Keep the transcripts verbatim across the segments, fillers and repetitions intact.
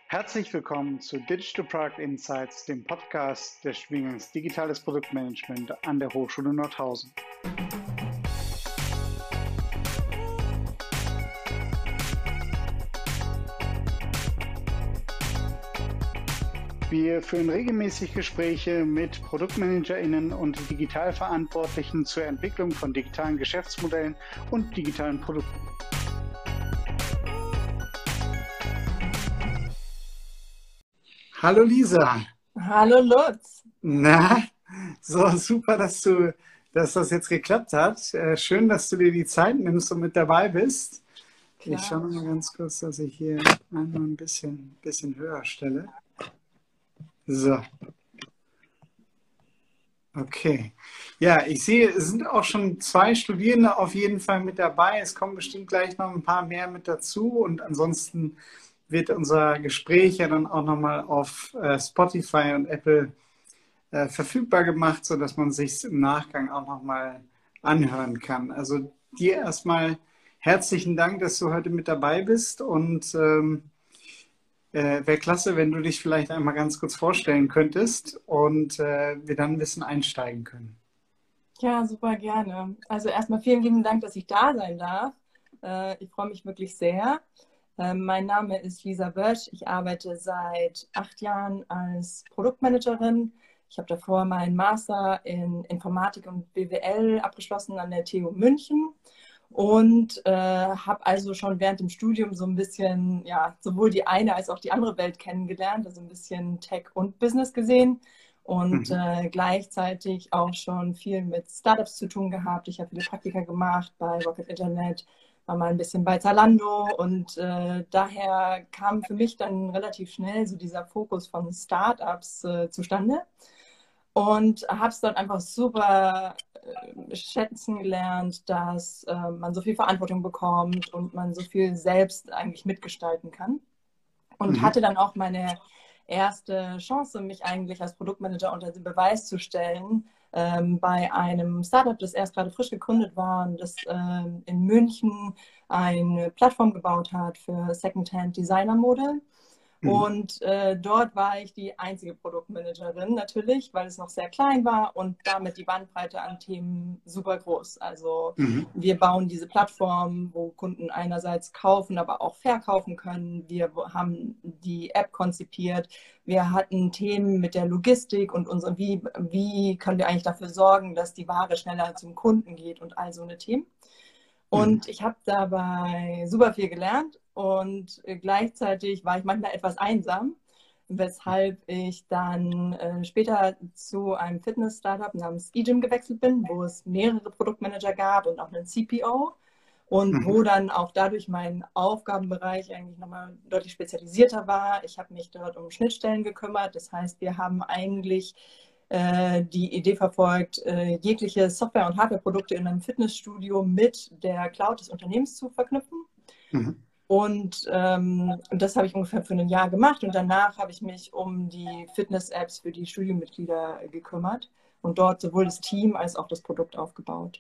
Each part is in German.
Herzlich willkommen zu Digital Product Insights, dem Podcast des Studiengangs Digitales Produktmanagement an der Hochschule Nordhausen. Wir führen regelmäßig Gespräche mit ProduktmanagerInnen und Digitalverantwortlichen zur Entwicklung von digitalen Geschäftsmodellen und digitalen Produkten. Hallo Lisa. Hallo Lutz. Na, so super, dass du, dass das jetzt geklappt hat. Äh, schön, dass du dir die Zeit nimmst und mit dabei bist. Klar. Ich schaue mal ganz kurz, dass ich hier einmal ein bisschen, bisschen höher stelle. So. Okay. Ja, ich sehe, es sind auch schon zwei Studierende auf jeden Fall mit dabei. Es kommen bestimmt gleich noch ein paar mehr mit dazu. Und ansonsten wird unser Gespräch ja dann auch nochmal auf äh, Spotify und Apple äh, verfügbar gemacht, sodass man sich im Nachgang auch nochmal anhören kann. Also dir erstmal herzlichen Dank, dass du heute mit dabei bist und ähm, äh, wäre klasse, wenn du dich vielleicht einmal ganz kurz vorstellen könntest und äh, wir dann ein bisschen einsteigen können. Ja, super gerne. Also erstmal vielen lieben Dank, dass ich da sein darf. Äh, ich freue mich wirklich sehr. Mein Name ist Lisa Bösch. Ich arbeite seit acht Jahren als Produktmanagerin. Ich habe davor meinen Master in Informatik und B W L abgeschlossen an der T U München und äh, habe also schon während dem Studium so ein bisschen, ja, sowohl die eine als auch die andere Welt kennengelernt, also ein bisschen Tech und Business gesehen und Mhm. äh, gleichzeitig auch schon viel mit Startups zu tun gehabt. Ich habe viele Praktika gemacht bei Rocket Internet, war mal ein bisschen bei Zalando und äh, daher kam für mich dann relativ schnell so dieser Fokus von Startups äh, zustande und habe es dort einfach super äh, schätzen gelernt, dass äh, man so viel Verantwortung bekommt und man so viel selbst eigentlich mitgestalten kann und Mhm. hatte dann auch meine erste Chance, mich eigentlich als Produktmanager unter den Beweis zu stellen, ähm, bei einem Startup, das erst gerade frisch gegründet war und das ähm, in München eine Plattform gebaut hat für Secondhand-Designer-Mode. Mhm. Und äh, dort war ich die einzige Produktmanagerin natürlich, weil es noch sehr klein war und damit die Bandbreite an Themen super groß. Also Mhm. wir bauen diese Plattform, wo Kunden einerseits kaufen, aber auch verkaufen können. Wir haben die App konzipiert. Wir hatten Themen mit der Logistik und unsere, wie, wie können wir eigentlich dafür sorgen, dass die Ware schneller zum Kunden geht und all so eine Themen. Mhm. Und ich habe dabei super viel gelernt und gleichzeitig war ich manchmal etwas einsam, weshalb ich dann äh, später zu einem Fitness-Startup namens eGym gewechselt bin, wo es mehrere Produktmanager gab und auch einen C P O und Mhm. wo dann auch dadurch mein Aufgabenbereich eigentlich nochmal deutlich spezialisierter war. Ich habe mich dort um Schnittstellen gekümmert, das heißt, wir haben eigentlich die Idee verfolgt, jegliche Software- und Hardwareprodukte in einem Fitnessstudio mit der Cloud des Unternehmens zu verknüpfen. Mhm. Und ähm, das habe ich ungefähr für ein Jahr gemacht. Und danach habe ich mich um die Fitness-Apps für die Studienmitglieder gekümmert und dort sowohl das Team als auch das Produkt aufgebaut.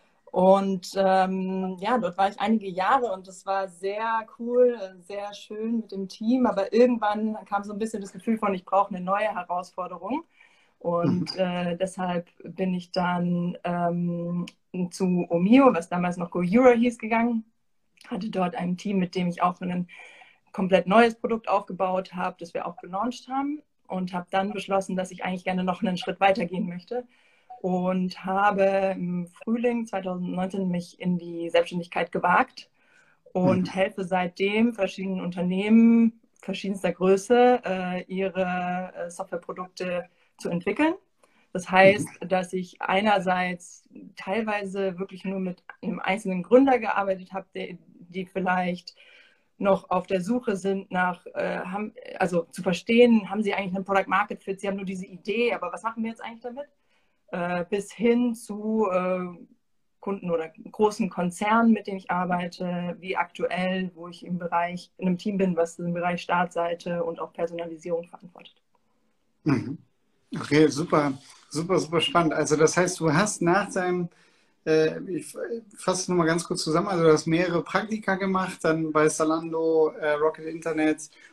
Und ähm, ja, dort war ich einige Jahre und das war sehr cool, sehr schön mit dem Team. Aber irgendwann kam so ein bisschen das Gefühl von, ich brauche eine neue Herausforderung. Mhm. Und äh, deshalb bin ich dann ähm, zu Omio, was damals noch GoEuro hieß, gegangen. Hatte dort ein Team, mit dem ich auch ein komplett neues Produkt aufgebaut habe, das wir auch gelauncht haben. Und habe dann beschlossen, dass ich eigentlich gerne noch einen Schritt weiter gehen möchte. Und habe im Frühling zwanzig neunzehn mich in die Selbstständigkeit gewagt und Mhm. helfe seitdem verschiedenen Unternehmen verschiedenster Größe, äh, ihre äh, Softwareprodukte zu entwickeln. Das Mhm. heißt, dass ich einerseits teilweise wirklich nur mit einem einzelnen Gründer gearbeitet habe, die, die vielleicht noch auf der Suche sind nach, äh, haben, also zu verstehen, haben sie eigentlich einen Product Market Fit, sie haben nur diese Idee, aber was machen wir jetzt eigentlich damit? Äh, bis hin zu äh, Kunden oder großen Konzernen, mit denen ich arbeite, wie aktuell, wo ich im Bereich, in einem Team bin, was im Bereich Startseite und auch Personalisierung verantwortet. Mhm. Okay, super, super, super spannend. Also das heißt, du hast nach deinem, äh, ich fasse es nochmal ganz kurz zusammen, also du hast mehrere Praktika gemacht, dann bei Zalando, äh, Rocket Internet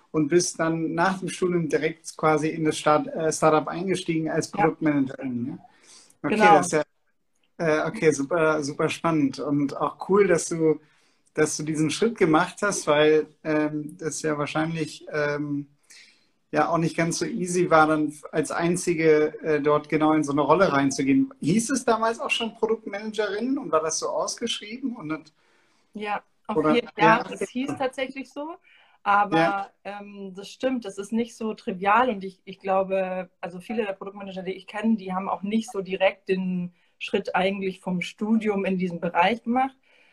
und bist dann nach dem Studium direkt quasi in das Start, äh, Startup eingestiegen als Ja, Produktmanagerin. Ne? Okay, das genau. ist ja äh, okay, super, super spannend und auch cool, dass du, dass du diesen Schritt gemacht hast, weil ähm, das ja wahrscheinlich ähm, ja auch nicht ganz so easy war, dann als Einzige äh, dort genau in so eine Rolle reinzugehen. Hieß es damals auch schon Produktmanagerin und war das so ausgeschrieben? Und das, Ja, auf oder jeden ja, Fall. Es hieß tatsächlich so, ja, aber ähm, das stimmt, das ist nicht so trivial und ich, ich glaube, also viele der Produktmanager, die ich kenne, die haben auch nicht so direkt den Schritt eigentlich vom Studium in diesen Bereich gemacht.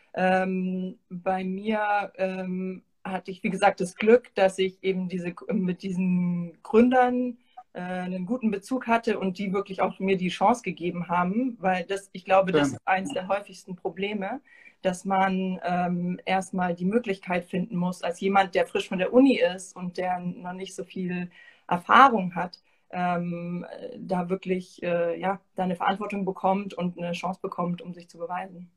Ähm, bei mir ähm, hatte ich, wie gesagt, das Glück, dass ich eben diese, mit diesen Gründern äh, einen guten Bezug hatte und die wirklich auch mir die Chance gegeben haben, weil das, ich glaube, das schön. ist eines der häufigsten Probleme, dass man ähm, erstmal die Möglichkeit finden muss, als jemand, der frisch von der Uni ist und der noch nicht so viel Erfahrung hat, ähm, da wirklich äh, ja, da eine Verantwortung bekommt und eine Chance bekommt, um sich zu beweisen.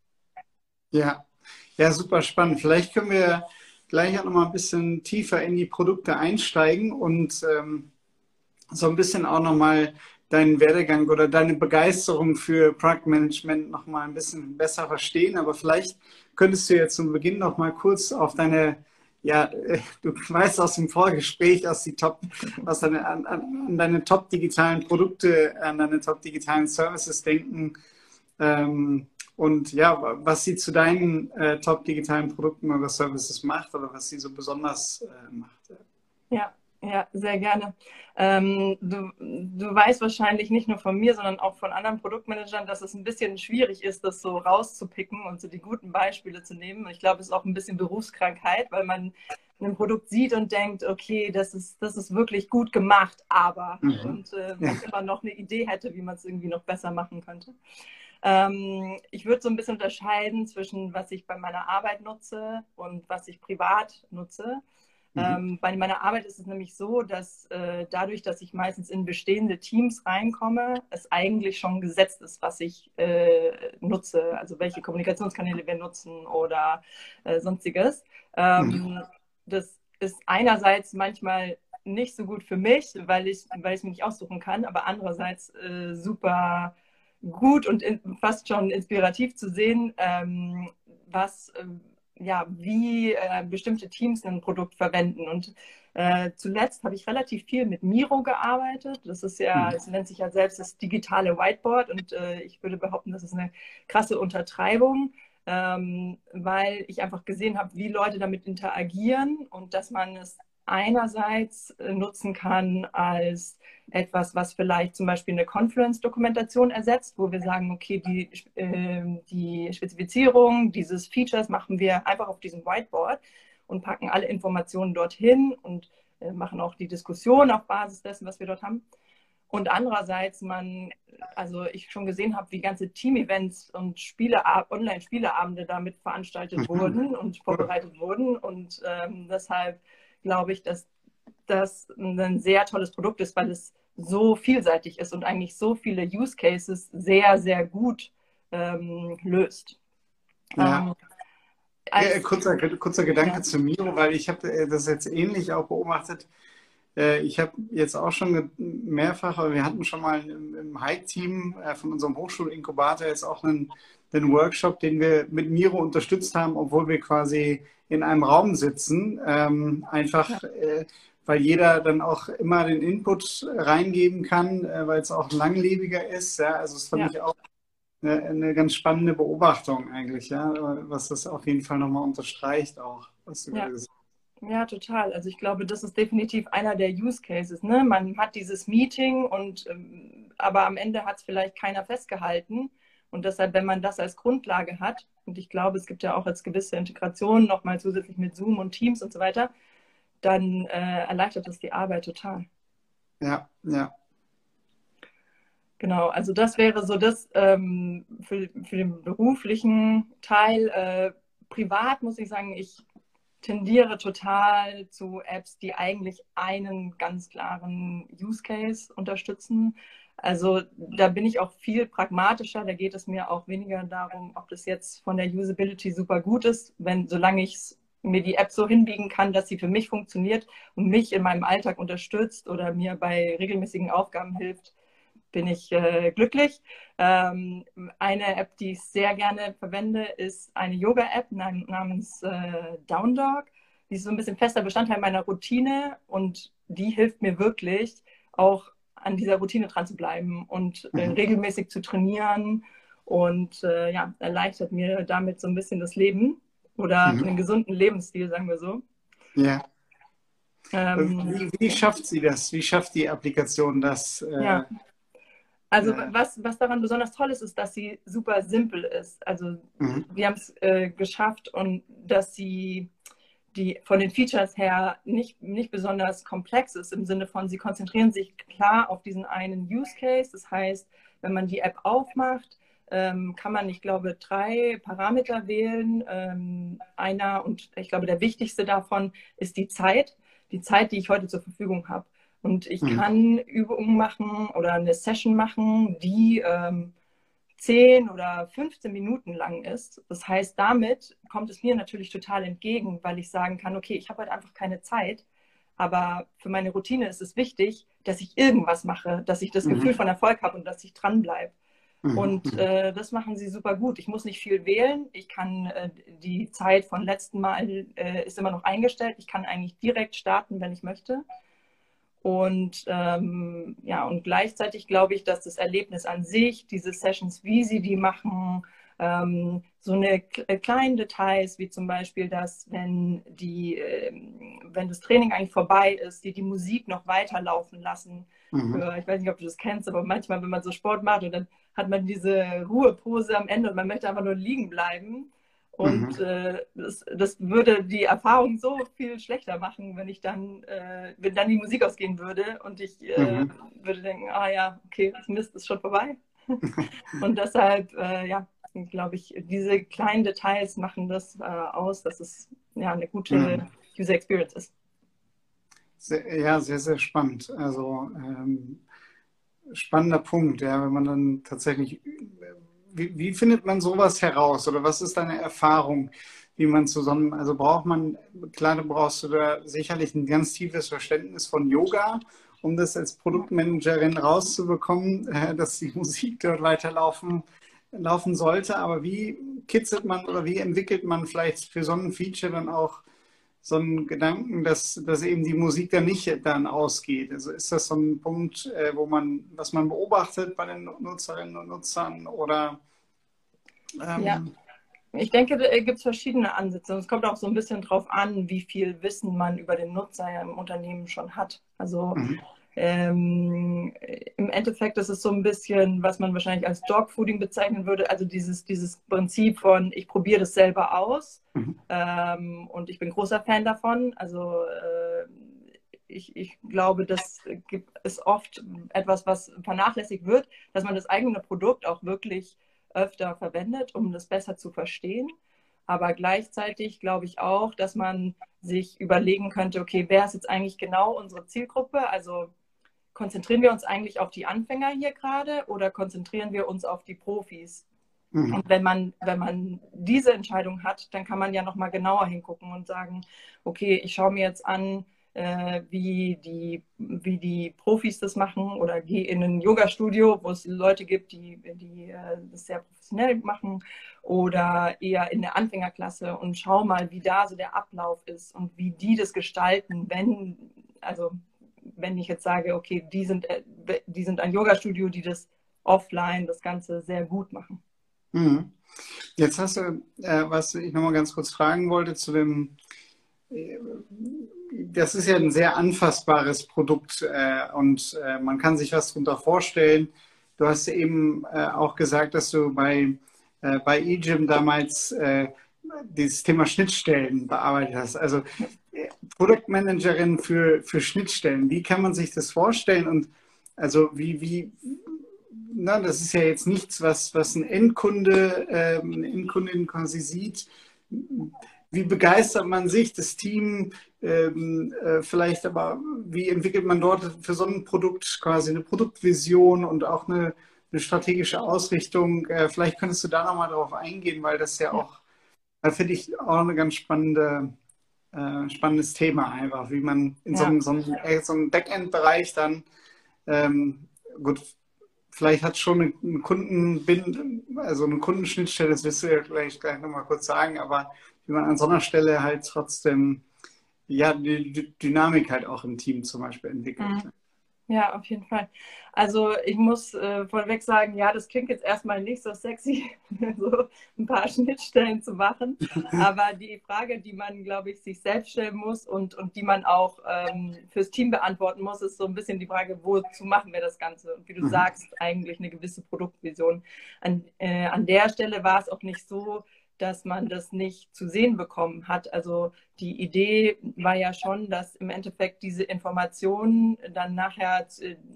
Ja, ja, super spannend. Vielleicht können wir gleich auch noch mal ein bisschen tiefer in die Produkte einsteigen und ähm, so ein bisschen auch nochmal deinen Werdegang oder deine Begeisterung für Produktmanagement noch mal ein bisschen besser verstehen. Aber vielleicht könntest du jetzt zum Beginn noch mal kurz auf deine, ja, äh, du weißt aus dem Vorgespräch, aus, die Top, aus deine, an, an deine top digitalen Produkte, an deine top digitalen Services denken. Ähm, und ja, was sie zu deinen äh, top digitalen Produkten oder Services macht oder was sie so besonders äh, macht. Ja, ja, sehr gerne. Ähm, du, du weißt wahrscheinlich nicht nur von mir, sondern auch von anderen Produktmanagern, dass es ein bisschen schwierig ist, das so rauszupicken und so die guten Beispiele zu nehmen. Ich glaube, es ist auch ein bisschen Berufskrankheit, weil man ein Produkt sieht und denkt, okay, das ist, das ist wirklich gut gemacht, aber Mhm. und äh, Ja. man immer noch eine Idee hätte, wie man es irgendwie noch besser machen könnte. Ähm, ich würde so ein bisschen unterscheiden zwischen, was ich bei meiner Arbeit nutze und was ich privat nutze. Mhm. Ähm, bei meiner Arbeit ist es nämlich so, dass äh, dadurch, dass ich meistens in bestehende Teams reinkomme, es eigentlich schon gesetzt ist, was ich äh, nutze, also welche Kommunikationskanäle wir nutzen oder äh, sonstiges. Mhm. Ähm, das ist einerseits manchmal nicht so gut für mich, weil ich, weil ich es mir nicht aussuchen kann, aber andererseits äh, super gut und in, fast schon inspirativ zu sehen, ähm, was, äh, ja, wie äh, bestimmte Teams ein Produkt verwenden. Und äh, zuletzt habe ich relativ viel mit Miro gearbeitet. Das ist ja, Mhm. es nennt sich ja selbst das digitale Whiteboard und äh, ich würde behaupten, das ist eine krasse Untertreibung. Ähm, weil ich einfach gesehen habe, wie Leute damit interagieren und dass man es einerseits äh, nutzen kann als etwas, was vielleicht zum Beispiel eine Confluence-Dokumentation ersetzt, wo wir sagen, okay, die, äh, die Spezifizierung dieses Features machen wir einfach auf diesem Whiteboard und packen alle Informationen dorthin und äh, machen auch die Diskussion auf Basis dessen, was wir dort haben. Und andererseits man, also ich schon gesehen habe, wie ganze Team-Events und Spiele, Online-Spieleabende damit veranstaltet Mhm. wurden und vorbereitet wurden. Und ähm, deshalb glaube ich, dass das ein sehr tolles Produkt ist, weil es so vielseitig ist und eigentlich so viele Use Cases sehr, sehr gut ähm, löst. Ja. Ähm, Ja, als, kurzer, kurzer Gedanke ja, zu Miro, weil ich habe äh, das jetzt ähnlich auch beobachtet. Äh, Ich habe jetzt auch schon ge- mehrfach, aber wir hatten schon mal im, im Hike-Team äh, von unserem Hochschulinkubator jetzt auch einen, einen Workshop, den wir mit Miro unterstützt haben, obwohl wir quasi in einem Raum sitzen. Ähm, ja, einfach, äh, weil jeder dann auch immer den Input reingeben kann, äh, weil es auch langlebiger ist. Ja, also das fand ja. ich auch eine, eine ganz spannende Beobachtung eigentlich, ja, was das auf jeden Fall nochmal unterstreicht auch, was du gerade Ja. gesagt Ja, total. Also ich glaube, das ist definitiv einer der Use Cases. Ne? Man hat dieses Meeting und ähm, aber am Ende hat es vielleicht keiner festgehalten. Und deshalb, wenn man das als Grundlage hat, und ich glaube, es gibt ja auch als gewisse Integration nochmal zusätzlich mit Zoom und Teams und so weiter, dann äh, erleichtert das die Arbeit total. hast. Ja, ja. Genau, also das wäre so das ähm, für, für den beruflichen Teil. Äh, privat muss ich sagen, ich tendiere total zu Apps, die eigentlich einen ganz klaren Use Case unterstützen. Also da bin ich auch viel pragmatischer. Da geht es mir auch weniger darum, ob das jetzt von der Usability super gut ist, wenn solange ich es mir die App so hinbiegen kann, dass sie für mich funktioniert und mich in meinem Alltag unterstützt oder mir bei regelmäßigen Aufgaben hilft, bin ich äh, glücklich. Ähm, eine App, die ich sehr gerne verwende, ist eine Yoga-App namens äh, Down Dog. Die ist so ein bisschen fester Bestandteil meiner Routine und die hilft mir wirklich, auch an dieser Routine dran zu bleiben und äh, Mhm. regelmäßig zu trainieren und äh, ja, erleichtert mir damit so ein bisschen das Leben oder Mhm. einen gesunden Lebensstil, sagen wir so. Ja. Ähm, Wie, wie schafft sie das? Wie schafft die Applikation das? Äh, ja, also äh, was, was daran besonders toll ist, ist, dass sie super simpel ist. Also mhm. wir haben es äh, geschafft und dass sie die von den Features her nicht, nicht besonders komplex ist, im Sinne von, sie konzentrieren sich klar auf diesen einen Use Case. Das heißt, wenn man die App aufmacht, ähm, kann man, ich glaube, drei Parameter wählen. Ähm, einer, und ich glaube, der wichtigste davon ist die Zeit, die Zeit, die ich heute zur Verfügung habe. Und ich Mhm. kann Übungen machen oder eine Session machen, die ähm, zehn oder fünfzehn Minuten lang ist. Das heißt, damit kommt es mir natürlich total entgegen, weil ich sagen kann, okay, ich habe halt einfach keine Zeit, aber für meine Routine ist es wichtig, dass ich irgendwas mache, dass ich das Gefühl Mhm. von Erfolg habe und dass ich dranbleibe. Mhm. Und äh, das machen sie super gut. Ich muss nicht viel wählen. Ich kann äh, die Zeit von letzten Mal äh, ist immer noch eingestellt. Ich kann eigentlich direkt starten, wenn ich möchte. Und ähm, ja, und gleichzeitig glaube ich, dass das Erlebnis an sich, diese Sessions, wie sie die machen, ähm, so eine äh, kleinen Details, wie zum Beispiel, dass wenn die, ähm, wenn das Training eigentlich vorbei ist, die die Musik noch weiterlaufen lassen. Mhm. Für, ich weiß nicht, ob du das kennst, aber manchmal, wenn man so Sport macht und dann hat man diese Ruhepose am Ende und man möchte einfach nur liegen bleiben. Und Mhm. äh, das, das würde die Erfahrung so viel schlechter machen, wenn ich dann, äh, wenn dann die Musik ausgehen würde und ich äh, Mhm. würde denken, ah ja, okay, das Mist ist schon vorbei. Und deshalb, äh, ja, glaube ich, diese kleinen Details machen das äh, aus, dass es ja eine gute Mhm. User Experience ist. Sehr, ja, sehr, sehr spannend. Also ähm, spannender Punkt, ja, wenn man dann tatsächlich, wie, wie findet man sowas heraus oder was ist deine Erfahrung, wie man zusammen, also braucht man, klar, du brauchst du da sicherlich ein ganz tiefes Verständnis von Yoga, um das als Ja. Produktmanagerin rauszubekommen, äh, dass die Musik dort weiterlaufen laufen sollte, aber wie kitzelt man oder wie entwickelt man vielleicht für so ein Feature dann auch so einen Gedanken, dass, dass eben die Musik dann nicht dann ausgeht. Also ist das so ein Punkt, äh, wo man, was man beobachtet bei den Nutzerinnen und Nutzern oder Ja, ähm, ich denke, da gibt es verschiedene Ansätze. Und es kommt auch so ein bisschen drauf an, wie viel Wissen man über den Nutzer im Unternehmen schon hat. Also mhm, ähm, im Endeffekt ist es so ein bisschen, was man wahrscheinlich als Dogfooding bezeichnen würde. Also dieses, dieses Prinzip von, ich probiere das selber aus. mhm, Ähm, und ich bin großer Fan davon. Also äh, ich, ich glaube, das gibt, ist oft etwas, was vernachlässigt wird, dass man das eigene Produkt auch wirklich öfter verwendet, um das besser zu verstehen. Aber gleichzeitig glaube ich auch, dass man sich überlegen könnte, okay, wer ist jetzt eigentlich genau unsere Zielgruppe? Also konzentrieren wir uns eigentlich auf die Anfänger hier gerade oder konzentrieren wir uns auf die Profis? mhm, Und wenn man, wenn man diese Entscheidung hat, dann kann man ja nochmal genauer hingucken und sagen, okay, ich schaue mir jetzt an, äh, wie die, wie die Profis das machen oder gehe in ein Yoga-Studio, wo es Leute gibt, die, die äh, das sehr professionell machen oder eher in der Anfängerklasse und schau mal, wie da so der Ablauf ist und wie die das gestalten, wenn, also wenn ich jetzt sage, okay, die sind, äh, die sind ein Yoga-Studio, die das offline das Ganze sehr gut machen. mhm. Jetzt hast du, äh, was ich nochmal ganz kurz fragen wollte zu dem, äh, das ist ja ein sehr anfassbares Produkt äh, und äh, man kann sich was darunter vorstellen. Du hast eben äh, auch gesagt, dass du bei, äh, bei eGym damals äh, dieses Thema Schnittstellen bearbeitet hast. Also äh, Produktmanagerin für, für Schnittstellen. Wie kann man sich das vorstellen? Und also wie, wie, na, das ist ja jetzt nichts, was, was ein Endkunde, ähm, eine Endkundin quasi sieht. Wie begeistert man sich, das Team, ähm, äh, vielleicht aber, wie entwickelt man dort für so ein Produkt quasi eine Produktvision und auch eine, eine strategische Ausrichtung? Äh, vielleicht könntest du da nochmal drauf eingehen, weil das ja Ja. auch, da finde ich auch eine ganz spannende, äh, spannendes Thema einfach, wie man in so Ja. einem, so einem, äh, so einem Backend-Bereich dann, ähm, gut, vielleicht hat es schon eine, eine Kundenbind, also eine Kundenschnittstelle, das wirst du ja gleich, gleich nochmal kurz sagen, aber wie man an so einer Stelle halt trotzdem ja, die, die Dynamik halt auch im Team zum Beispiel entwickelt. Mhm. Ja, auf jeden Fall. Also ich muss äh, vorweg sagen, ja, das klingt jetzt erstmal nicht so sexy, so ein paar Schnittstellen zu machen. Aber die Frage, die man, glaube ich, sich selbst stellen muss und, und die man auch ähm, fürs Team beantworten muss, ist so ein bisschen die Frage, wozu machen wir das Ganze? Und wie du Mhm. sagst, eigentlich eine gewisse Produktvision. An, äh, an der Stelle war es auch nicht so, dass man das nicht zu sehen bekommen hat. Also die Idee war ja schon, dass im Endeffekt diese Informationen dann nachher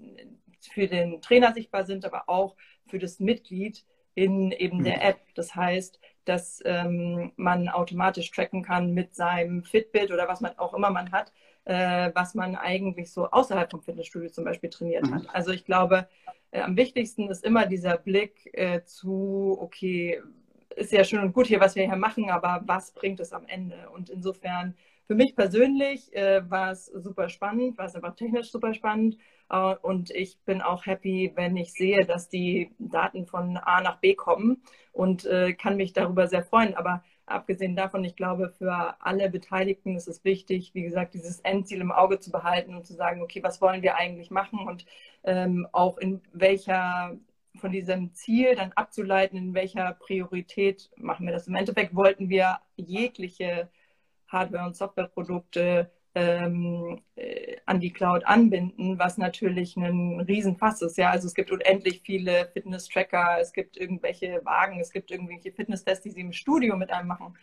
für den Trainer sichtbar sind, aber auch für das Mitglied in eben der App. Das heißt, dass ähm, man automatisch tracken kann mit seinem Fitbit oder was man auch immer man hat, äh, was man eigentlich so außerhalb vom Fitnessstudio zum Beispiel trainiert Mhm. hat. Also ich glaube, äh, am wichtigsten ist immer dieser Blick äh, zu, okay, ist ja schön und gut hier, was wir hier machen, aber was bringt es am Ende? Und insofern, für mich persönlich äh, war es super spannend, war es einfach technisch super spannend. Uh, und ich bin auch happy, wenn ich sehe, dass die Daten von A nach B kommen und äh, kann mich darüber sehr freuen. Aber abgesehen davon, ich glaube, für alle Beteiligten ist es wichtig, wie gesagt, dieses Endziel im Auge zu behalten und zu sagen, okay, was wollen wir eigentlich machen und ähm, auch in welcher von diesem Ziel dann abzuleiten, in welcher Priorität machen wir das. Im Endeffekt wollten wir jegliche Hardware- und Softwareprodukte ähm, äh, an die Cloud anbinden, was natürlich ein Riesenfass ist. Ja? Also es gibt unendlich viele Fitness-Tracker, es gibt irgendwelche Wagen, es gibt irgendwelche Fitnesstests, die sie im Studio mit einem machen.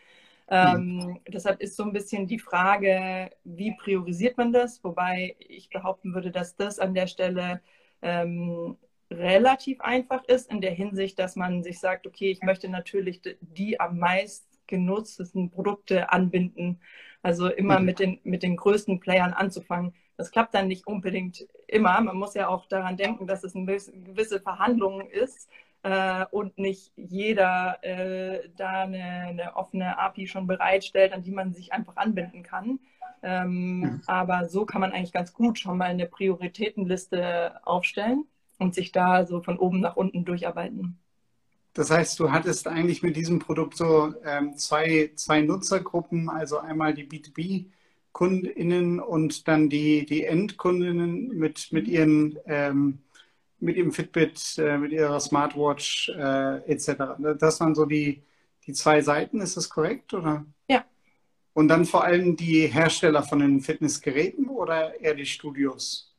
Ähm, deshalb ist so ein bisschen die Frage, wie priorisiert man das? Wobei ich behaupten würde, dass das an der Stelle ähm, relativ einfach ist, in der Hinsicht, dass man sich sagt, okay, ich möchte natürlich die am meisten genutztesten Produkte anbinden. Also immer Mhm. mit den, mit den größten Playern anzufangen. Das klappt dann nicht unbedingt immer. Man muss ja auch daran denken, dass es eine gewisse Verhandlung ist äh, und nicht jeder äh, da eine, eine offene A P I schon bereitstellt, an die man sich einfach anbinden kann. Ähm, Mhm. aber so kann man eigentlich ganz gut schon mal eine Prioritätenliste aufstellen und sich da so von oben nach unten durcharbeiten. Das heißt, du hattest eigentlich mit diesem Produkt so ähm, zwei, zwei Nutzergruppen, also einmal die B zwei B-KundInnen und dann die, die Endkundinnen mit, mit ihren ähm, mit ihrem Fitbit, äh, mit ihrer Smartwatch äh, et cetera. Das waren so die, die zwei Seiten, ist das korrekt? Oder? Ja. Und dann vor allem die Hersteller von den Fitnessgeräten oder eher die Studios?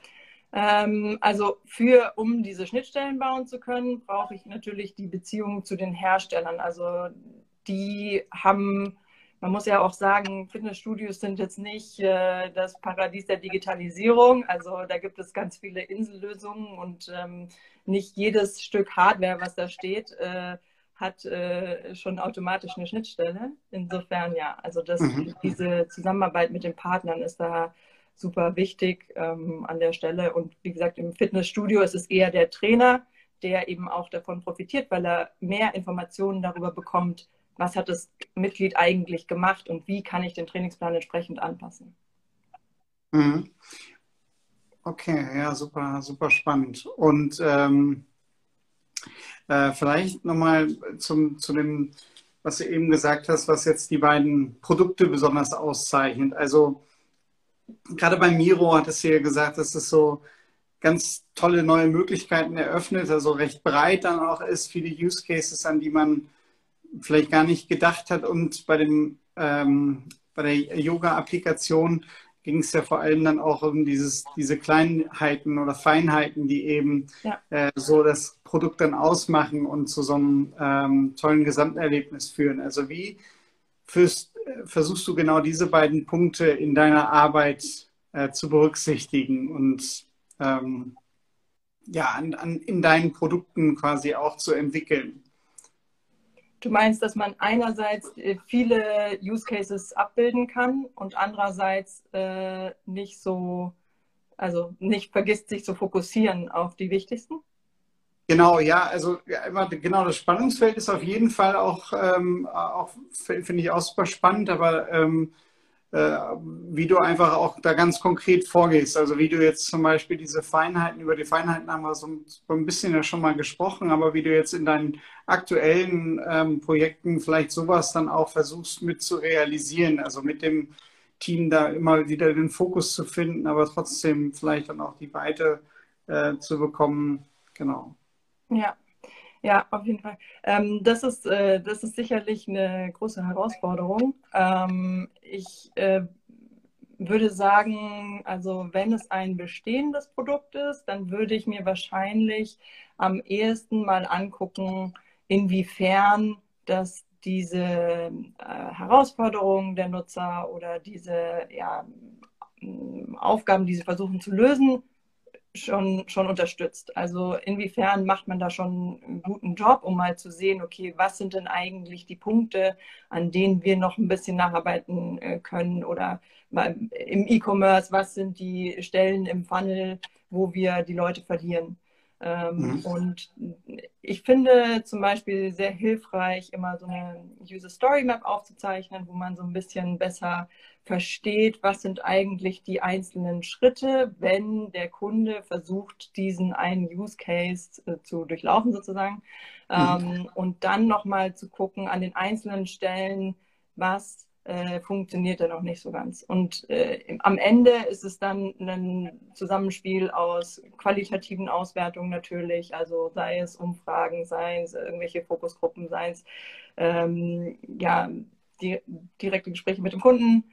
Ähm, also für, um diese Schnittstellen bauen zu können, brauche ich natürlich die Beziehung zu den Herstellern. Also die haben, man muss ja auch sagen, Fitnessstudios sind jetzt nicht äh, das Paradies der Digitalisierung. Also da gibt es ganz viele Insellösungen und ähm, nicht jedes Stück Hardware, was da steht, äh, hat äh, schon automatisch eine Schnittstelle. Insofern ja, also das, Mhm. diese Zusammenarbeit mit den Partnern ist da super wichtig ähm, an der Stelle. Und wie gesagt, im Fitnessstudio ist es eher der Trainer, der eben auch davon profitiert, weil er mehr Informationen darüber bekommt, was hat das Mitglied eigentlich gemacht und wie kann ich den Trainingsplan entsprechend anpassen. Mhm. Okay, ja, super, super spannend. Und ähm, äh, vielleicht nochmal zum, zu dem, was du eben gesagt hast, was jetzt die beiden Produkte besonders auszeichnet. Also gerade bei Miro hattest du ja gesagt, dass es so ganz tolle neue Möglichkeiten eröffnet, also recht breit dann auch ist, viele Use Cases, an die man vielleicht gar nicht gedacht hat. Und bei dem ähm, bei der Yoga-Applikation ging es ja vor allem dann auch um dieses, diese Kleinheiten oder Feinheiten, die eben Ja. äh, so das Produkt dann ausmachen und zu so einem ähm, tollen Gesamterlebnis führen. Also wie führst, äh, versuchst du genau diese beiden Punkte in deiner Arbeit äh, zu berücksichtigen und ähm, ja, an, an, in deinen Produkten quasi auch zu entwickeln? Du meinst, dass man einerseits viele Use Cases abbilden kann und andererseits äh, nicht so, also nicht vergisst, sich zu fokussieren auf die wichtigsten? Genau, ja, also ja, immer, genau, das Spannungsfeld ist auf jeden Fall auch, ähm, auch finde ich auch super spannend, aber ähm, äh, wie du einfach auch da ganz konkret vorgehst. Also wie du jetzt zum Beispiel diese Feinheiten, über die Feinheiten haben wir so ein bisschen ja schon mal gesprochen, aber wie du jetzt in deinen aktuellen ähm, Projekten vielleicht sowas dann auch versuchst mit zu realisieren, also mit dem Team da immer wieder den Fokus zu finden, aber trotzdem vielleicht dann auch die Weite äh, zu bekommen. Genau. Ja. Ja, auf jeden Fall. Ähm, das ist, äh, das ist sicherlich eine große Herausforderung. Ähm, ich äh, würde sagen, also wenn es ein bestehendes Produkt ist, dann würde ich mir wahrscheinlich am ehesten mal angucken, inwiefern das diese äh, Herausforderungen der Nutzer oder diese ja, Aufgaben, die sie versuchen zu lösen, schon, schon unterstützt. Also inwiefern macht man da schon einen guten Job, um mal zu sehen, okay, was sind denn eigentlich die Punkte, an denen wir noch ein bisschen nacharbeiten äh, können oder mal im E-Commerce, was sind die Stellen im Funnel, wo wir die Leute verlieren. Ähm, Mhm. und ich finde zum Beispiel sehr hilfreich, immer so eine User Story Map aufzuzeichnen, wo man so ein bisschen besser versteht, was sind eigentlich die einzelnen Schritte, wenn der Kunde versucht, diesen einen Use Case äh, zu durchlaufen sozusagen. Mhm. Ähm, und dann nochmal zu gucken an den einzelnen Stellen, was äh, funktioniert da noch nicht so ganz. Und äh, am Ende ist es dann ein Zusammenspiel aus qualitativen Auswertungen natürlich, also sei es Umfragen, sei es irgendwelche Fokusgruppen, sei es ähm, ja, die, direkte Gespräche mit dem Kunden.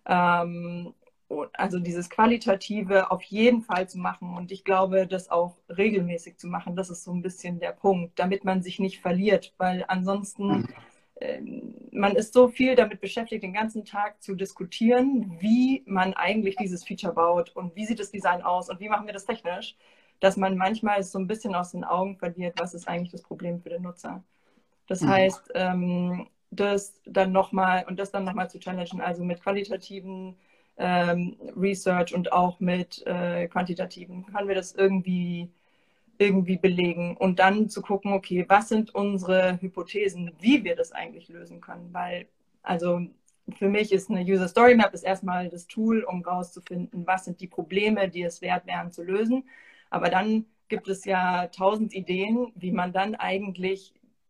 Ähm, also dieses Qualitative auf jeden Fall zu machen und ich glaube, das auch regelmäßig zu machen, das ist so ein bisschen der Punkt, damit man sich nicht verliert, weil ansonsten äh, man ist so viel damit beschäftigt, den ganzen Tag zu diskutieren, wie man eigentlich dieses Feature baut und wie sieht das Design aus und wie machen wir das technisch, dass man manchmal so ein bisschen aus den Augen verliert, was ist eigentlich das Problem für den Nutzer. Das Mhm. heißt, ähm, das dann nochmal und das dann nochmal zu challengen, also mit qualitativen ähm, Research und auch mit äh, quantitativen, können wir das irgendwie, irgendwie belegen und dann zu gucken, okay, was sind unsere Hypothesen, wie wir das eigentlich lösen können, weil also für mich ist eine User Story Map ist erstmal das Tool, um rauszufinden, was sind die Probleme, die es wert wären zu lösen, aber dann gibt es ja tausend Ideen, wie man dann eigentlich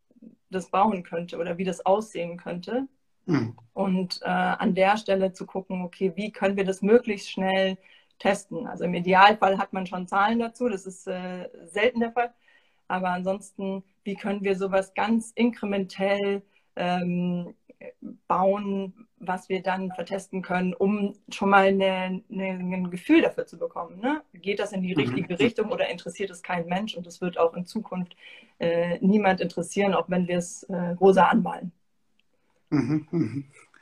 das bauen könnte oder wie das aussehen könnte. Mhm. Und äh, an der Stelle zu gucken, okay, wie können wir das möglichst schnell testen? Also im Idealfall hat man schon Zahlen dazu, das ist äh, selten der Fall. Aber ansonsten, wie können wir sowas ganz inkrementell ähm, bauen, was wir dann vertesten können, um schon mal eine, eine, ein Gefühl dafür zu bekommen. Ne? Geht das in die Mhm. richtige Richtung oder interessiert es kein Mensch? Und es wird auch in Zukunft äh, niemand interessieren, auch wenn wir es äh, rosa anmalen. Mhm. Mhm.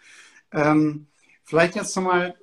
Ähm, vielleicht jetzt nochmal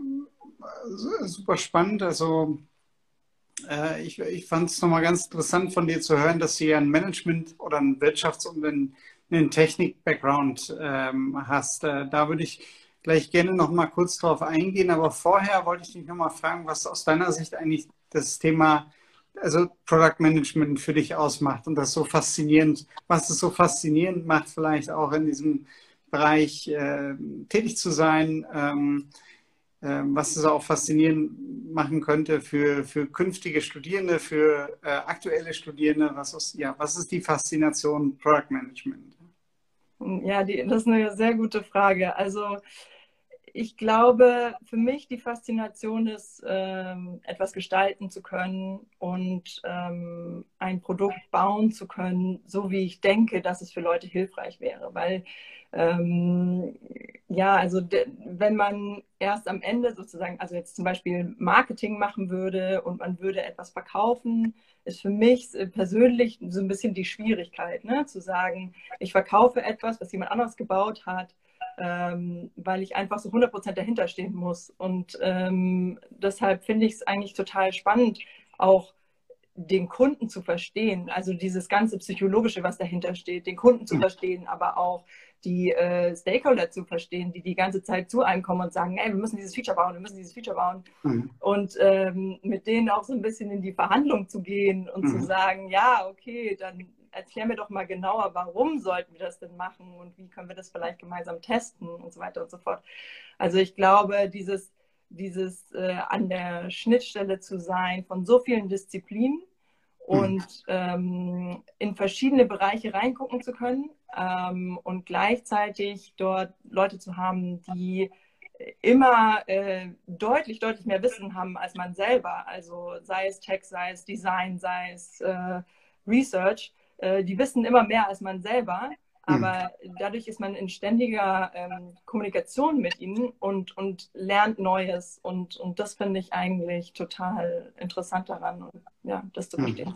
äh, super spannend. Also äh, ich, ich fand es nochmal ganz interessant von dir zu hören, dass du ja ein Management oder ein Wirtschafts- und einen, einen Technik-Background ähm, hast. Äh, da würde ich gleich gerne nochmal kurz drauf eingehen. Aber vorher wollte ich dich nochmal fragen, was aus deiner Sicht eigentlich das Thema, also Product Management für dich ausmacht und das so faszinierend, was es so faszinierend macht, vielleicht auch in diesem Bereich äh, tätig zu sein, ähm, äh, was es auch faszinierend machen könnte für, für künftige Studierende, für äh, aktuelle Studierende. Was ist, ja, was ist die Faszination Product Management? Ja, die, das ist eine sehr gute Frage. Also ich glaube, für mich die Faszination ist, ähm, etwas gestalten zu können und ähm, ein Produkt bauen zu können, so wie ich denke, dass es für Leute hilfreich wäre. Weil, ähm, ja, also de, wenn man erst am Ende sozusagen, also jetzt zum Beispiel Marketing machen würde und man würde etwas verkaufen, ist für mich persönlich so ein bisschen die Schwierigkeit, ne? Zu sagen, ich verkaufe etwas, was jemand anderes gebaut hat, ähm, weil ich einfach so hundert Prozent dahinter stehen muss. Und ähm, deshalb finde ich es eigentlich total spannend, auch den Kunden zu verstehen, also dieses ganze Psychologische, was dahinter steht, den Kunden zu verstehen, aber auch die äh, Stakeholder zu verstehen, die die ganze Zeit zu einem kommen und sagen, ey, wir müssen dieses Feature bauen, wir müssen dieses Feature bauen. Mhm. Und ähm, mit denen auch so ein bisschen in die Verhandlung zu gehen und zu Mhm. sagen, ja, okay, dann erklär mir doch mal genauer, warum sollten wir das denn machen und wie können wir das vielleicht gemeinsam testen und so weiter und so fort. Also ich glaube, dieses, dieses äh, an der Schnittstelle zu sein von so vielen Disziplinen und ähm, in verschiedene Bereiche reingucken zu können ähm, und gleichzeitig dort Leute zu haben, die immer äh, deutlich, deutlich mehr Wissen haben als man selber. Also sei es Tech, sei es Design, sei es äh, Research. Äh, die wissen immer mehr als man selber, aber dadurch ist man in ständiger ähm, Kommunikation mit ihnen und, und lernt Neues. Und, und das finde ich eigentlich total interessant daran, und, ja, das zu verstehen.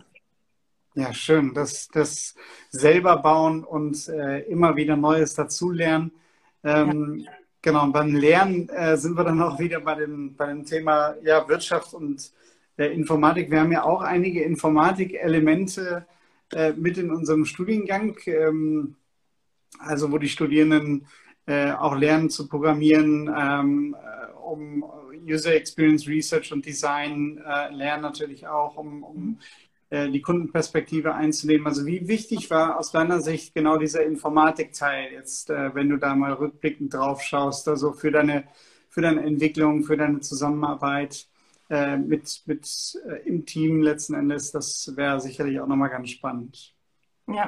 Ja, schön. Das, das selber bauen und äh, immer wieder Neues dazulernen. Ähm, Ja. genau, und beim Lernen äh, sind wir dann auch wieder bei dem, bei dem Thema ja, Wirtschaft und äh, Informatik. Wir haben ja auch einige Informatik-Elemente äh, mit in unserem Studiengang, ähm, also wo die Studierenden äh, auch lernen zu programmieren, ähm, äh, um User Experience Research und Design äh, lernen natürlich auch, um, um die Kundenperspektive einzunehmen. Also wie wichtig war aus deiner Sicht genau dieser Informatikteil jetzt, wenn du da mal rückblickend drauf schaust, also für deine, für deine Entwicklung, für deine Zusammenarbeit mit, mit im Team letzten Endes, das wäre sicherlich auch nochmal ganz spannend. Ja,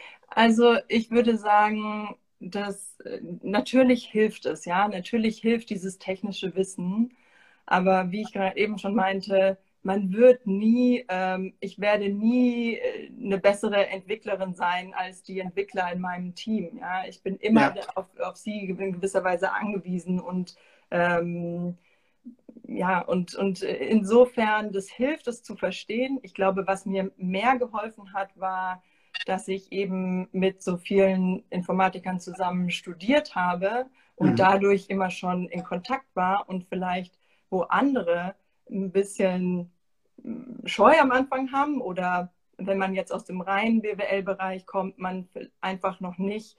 also ich würde sagen, dass natürlich hilft es, ja, natürlich hilft dieses technische Wissen, aber wie ich gerade eben schon meinte, man wird nie, ähm, ich werde nie äh, eine bessere Entwicklerin sein als die Entwickler in meinem Team. Ja? Ich bin immer Ja. auf, auf sie in gewisser Weise angewiesen und ähm, ja, und, und insofern, das hilft es zu verstehen. Ich glaube, was mir mehr geholfen hat, war, dass ich eben mit so vielen Informatikern zusammen studiert habe und Mhm. dadurch immer schon in Kontakt war und vielleicht, wo andere ein bisschen Scheu am Anfang haben oder wenn man jetzt aus dem reinen B W L-Bereich kommt, man einfach noch nicht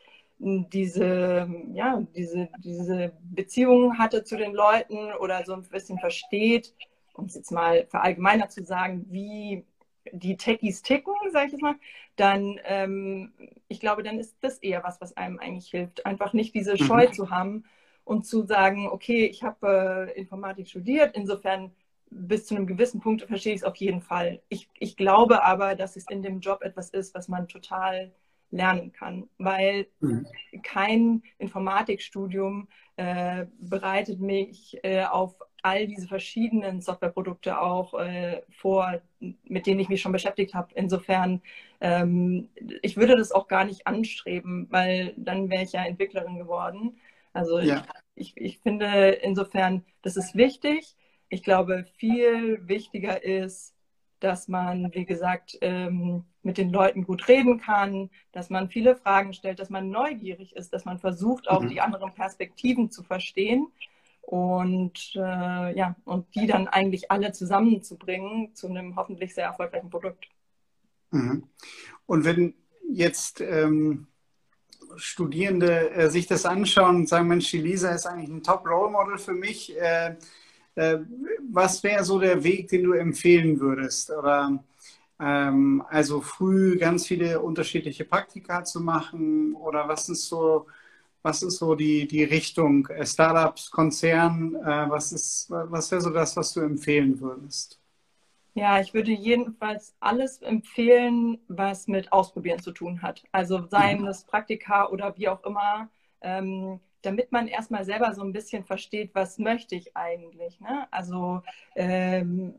diese, ja, diese, diese Beziehung hatte zu den Leuten oder so ein bisschen versteht, um es jetzt mal verallgemeinert zu sagen, wie die Techies ticken, sage ich jetzt mal, dann, ähm, ich glaube, dann ist das eher was, was einem eigentlich hilft. Einfach nicht diese Scheu Mhm. zu haben und zu sagen, okay, ich habe äh, Informatik studiert, insofern bis zu einem gewissen Punkt verstehe ich es auf jeden Fall. Ich, ich glaube aber, dass es in dem Job etwas ist, was man total lernen kann, weil Mhm. kein Informatikstudium äh, bereitet mich äh, auf all diese verschiedenen Softwareprodukte auch äh, vor, mit denen ich mich schon beschäftigt habe. Insofern, ähm, ich würde das auch gar nicht anstreben, weil dann wäre ich ja Entwicklerin geworden. Also Ja. ich, ich finde insofern, das ist wichtig. Ich glaube, viel wichtiger ist, dass man, wie gesagt, ähm, mit den Leuten gut reden kann, dass man viele Fragen stellt, dass man neugierig ist, dass man versucht, auch Mhm. die anderen Perspektiven zu verstehen und, äh, ja, und die dann eigentlich alle zusammenzubringen zu einem hoffentlich sehr erfolgreichen Produkt. Mhm. Und wenn jetzt ähm, Studierende äh, sich das anschauen und sagen, Mensch, die Lisa ist eigentlich ein Top-Role-Model für mich, äh, äh, was wäre so der Weg, den du empfehlen würdest? Oder ähm, also früh ganz viele unterschiedliche Praktika zu machen? Oder was ist so, was ist so die, die Richtung? Äh, Startups, Konzern, äh, was ist, was wäre so das, was du empfehlen würdest? Ja, ich würde jedenfalls alles empfehlen, was mit Ausprobieren zu tun hat. Also seien es Praktika oder wie auch immer, ähm, damit man erstmal selber so ein bisschen versteht, was möchte ich eigentlich. Ne? Also, ähm,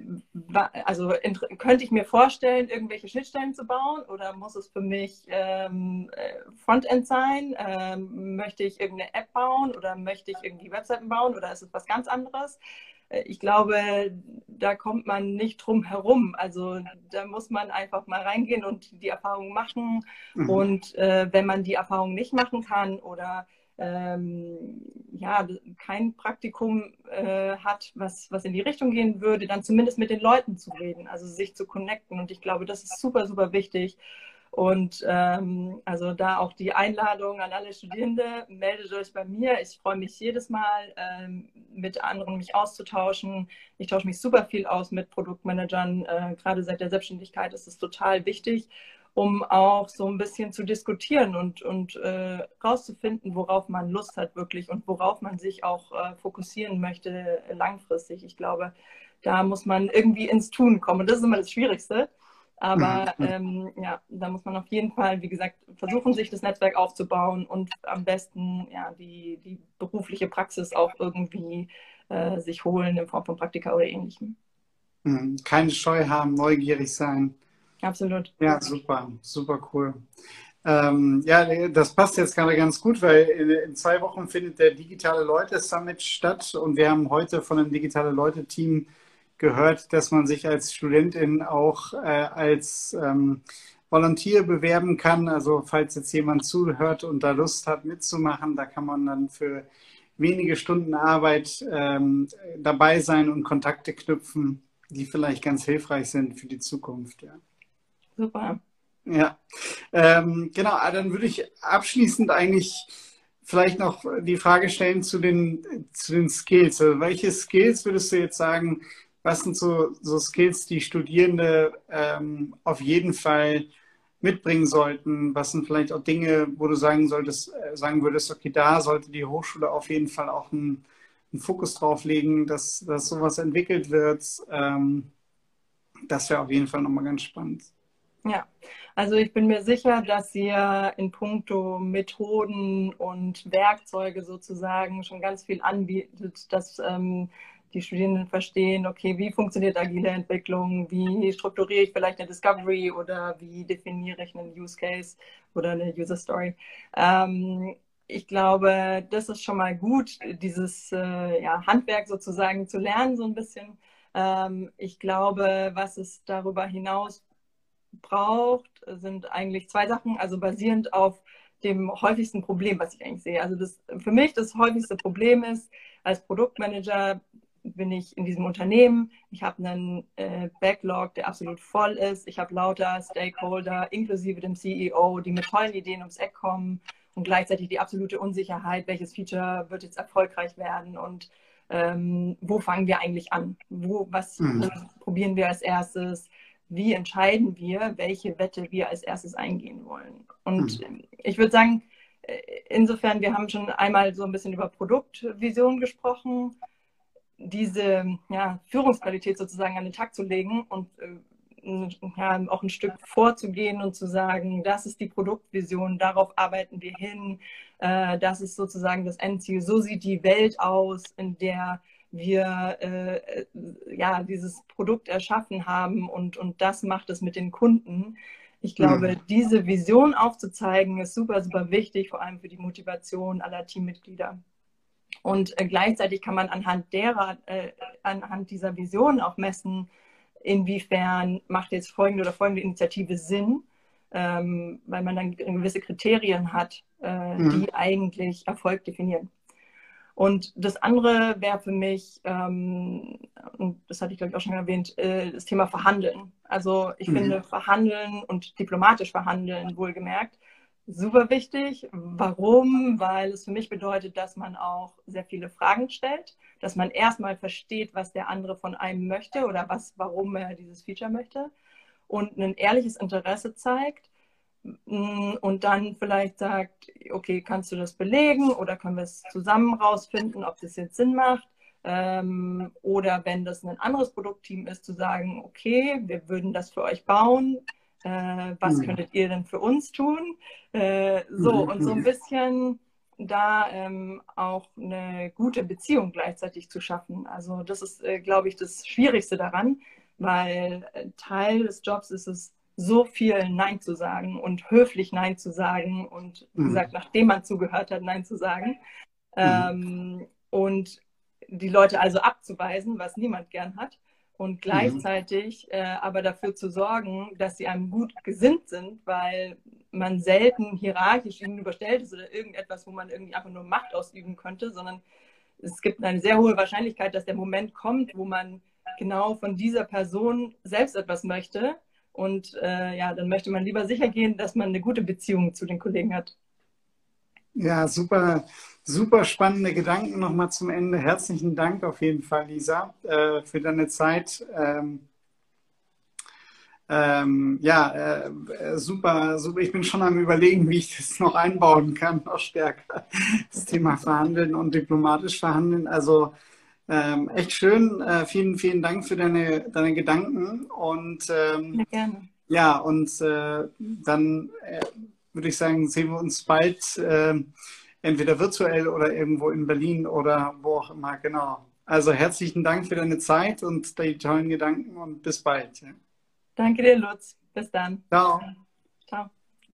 also könnte ich mir vorstellen, irgendwelche Schnittstellen zu bauen oder muss es für mich ähm, Frontend sein? Ähm, möchte ich irgendeine App bauen oder möchte ich irgendwie Webseiten bauen oder ist es was ganz anderes? Ich glaube, da kommt man nicht drum herum. Also da muss man einfach mal reingehen und die Erfahrung machen. Mhm. Und äh, wenn man die Erfahrung nicht machen kann oder ähm, ja, kein Praktikum äh, hat, was, was in die Richtung gehen würde, dann zumindest mit den Leuten zu reden, also sich zu connecten. Und ich glaube, das ist super, super wichtig. Und ähm, also da auch die Einladung an alle Studierende, meldet euch bei mir. Ich freue mich jedes Mal, ähm, mit anderen mich auszutauschen. Ich tausche mich super viel aus mit Produktmanagern. Äh, gerade seit der Selbstständigkeit ist es total wichtig. um auch so ein bisschen zu diskutieren und, und äh, rauszufinden, worauf man Lust hat wirklich und worauf man sich auch äh, fokussieren möchte langfristig. Ich glaube, da muss man irgendwie ins Tun kommen. Und das ist immer das Schwierigste. Aber Mhm. ähm, ja, da muss man auf jeden Fall, wie gesagt, versuchen, sich das Netzwerk aufzubauen und am besten ja, die, die berufliche Praxis auch irgendwie äh, sich holen in Form von Praktika oder ähnlichem. Mhm. Keine Scheu haben, neugierig sein. Absolut. Ja, super, super cool. Ähm, ja, das passt jetzt gerade ganz gut, weil in, in zwei Wochen findet der Digitale Leute Summit statt und wir haben heute von dem Digitale Leute Team gehört, dass man sich als Studentin auch äh, als ähm, Volunteer bewerben kann. Also falls jetzt jemand zuhört und da Lust hat mitzumachen, da kann man dann für wenige Stunden Arbeit ähm, dabei sein und Kontakte knüpfen, die vielleicht ganz hilfreich sind für die Zukunft. Ja. Super. Ja, ähm, genau, ah, dann würde ich abschließend eigentlich vielleicht noch die Frage stellen zu den, zu den Skills. Also welche Skills würdest du jetzt sagen, was sind so, so Skills, die Studierende ähm, auf jeden Fall mitbringen sollten? Was sind vielleicht auch Dinge, wo du sagen solltest, äh, sagen würdest, okay, da sollte die Hochschule auf jeden Fall auch einen, einen Fokus drauf legen, dass, dass sowas entwickelt wird. Ähm, das wäre auf jeden Fall nochmal ganz spannend. Ja, also ich bin mir sicher, dass ihr in puncto Methoden und Werkzeuge sozusagen schon ganz viel anbietet, dass ähm, die Studierenden verstehen, okay, wie funktioniert agile Entwicklung, wie strukturiere ich vielleicht eine Discovery oder wie definiere ich einen Use Case oder eine User Story. Ähm, ich glaube, das ist schon mal gut, dieses äh, ja, Handwerk sozusagen zu lernen, so ein bisschen. Ähm, ich glaube, was es darüber hinaus braucht, sind eigentlich zwei Sachen, also basierend auf dem häufigsten Problem, was ich eigentlich sehe. Also das, für mich das häufigste Problem ist, als Produktmanager bin ich in diesem Unternehmen, ich habe einen äh, Backlog, der absolut voll ist, ich habe lauter Stakeholder, inklusive dem C E O, die mit tollen Ideen ums Eck kommen und gleichzeitig die absolute Unsicherheit, welches Feature wird jetzt erfolgreich werden und ähm, wo fangen wir eigentlich an? Wo, was Mhm. probieren wir als erstes? Wie entscheiden wir, welche Wette wir als erstes eingehen wollen? Und Mhm. ich würde sagen, insofern, wir haben schon einmal so ein bisschen über Produktvision gesprochen, diese ja, Führungsqualität sozusagen an den Tag zu legen und äh, ja, auch ein Stück vorzugehen und zu sagen, das ist die Produktvision, darauf arbeiten wir hin, äh, das ist sozusagen das Endziel, so sieht die Welt aus, in der wir äh, ja, dieses Produkt erschaffen haben und, und das macht es mit den Kunden. Ich glaube, Mhm. diese Vision aufzuzeigen, ist super, super wichtig, vor allem für die Motivation aller Teammitglieder. Und äh, gleichzeitig kann man anhand derer, äh, anhand dieser Vision auch messen, inwiefern macht jetzt folgende oder folgende Initiative Sinn, ähm, weil man dann gewisse Kriterien hat, äh, Mhm. die eigentlich Erfolg definieren. Und das andere wäre für mich, ähm, und das hatte ich glaube ich auch schon erwähnt, äh, das Thema Verhandeln. Also ich Mhm. finde Verhandeln und diplomatisch verhandeln wohlgemerkt super wichtig. Warum? Weil es für mich bedeutet, dass man auch sehr viele Fragen stellt, dass man erstmal versteht, was der andere von einem möchte oder was, warum er dieses Feature möchte und ein ehrliches Interesse zeigt und dann vielleicht sagt, okay, kannst du das belegen oder können wir es zusammen rausfinden, ob das jetzt Sinn macht. Ähm, oder wenn das ein anderes Produktteam ist, zu sagen, okay, wir würden das für euch bauen. Äh, was Mhm. könntet ihr denn für uns tun? Äh, so, und so ein Mhm. bisschen da ähm, auch eine gute Beziehung gleichzeitig zu schaffen. Also das ist, äh, glaube ich, das Schwierigste daran, weil äh, Teil des Jobs ist es, so viel Nein zu sagen und höflich Nein zu sagen und wie Mhm. gesagt, nachdem man zugehört hat, Nein zu sagen. Mhm. Ähm, und die Leute also abzuweisen, was niemand gern hat. Und Mhm. gleichzeitig äh, aber dafür zu sorgen, dass sie einem gut gesinnt sind, weil man selten hierarchisch gegenüberstellt ist oder irgendetwas, wo man irgendwie einfach nur Macht ausüben könnte, sondern es gibt eine sehr hohe Wahrscheinlichkeit, dass der Moment kommt, wo man genau von dieser Person selbst etwas möchte. Und äh, ja, dann möchte man lieber sicher gehen, dass man eine gute Beziehung zu den Kollegen hat. Ja, super, super spannende Gedanken nochmal zum Ende. Herzlichen Dank auf jeden Fall, Lisa, äh, für deine Zeit. Ähm, Ähm, ja, äh, super, super. Ich bin schon am Überlegen, wie ich das noch einbauen kann, noch stärker. Das Thema Verhandeln und diplomatisch verhandeln. Also ähm, echt schön. Äh, vielen, vielen Dank für deine, deine Gedanken. Und ähm, Ja, gerne. ja, und äh, dann äh, würde ich sagen, sehen wir uns bald, äh, entweder virtuell oder irgendwo in Berlin oder wo auch immer. Genau. Also herzlichen Dank für deine Zeit und die tollen Gedanken und bis bald. Ja. Danke dir, Lutz. Bis dann. Ciao. Ciao.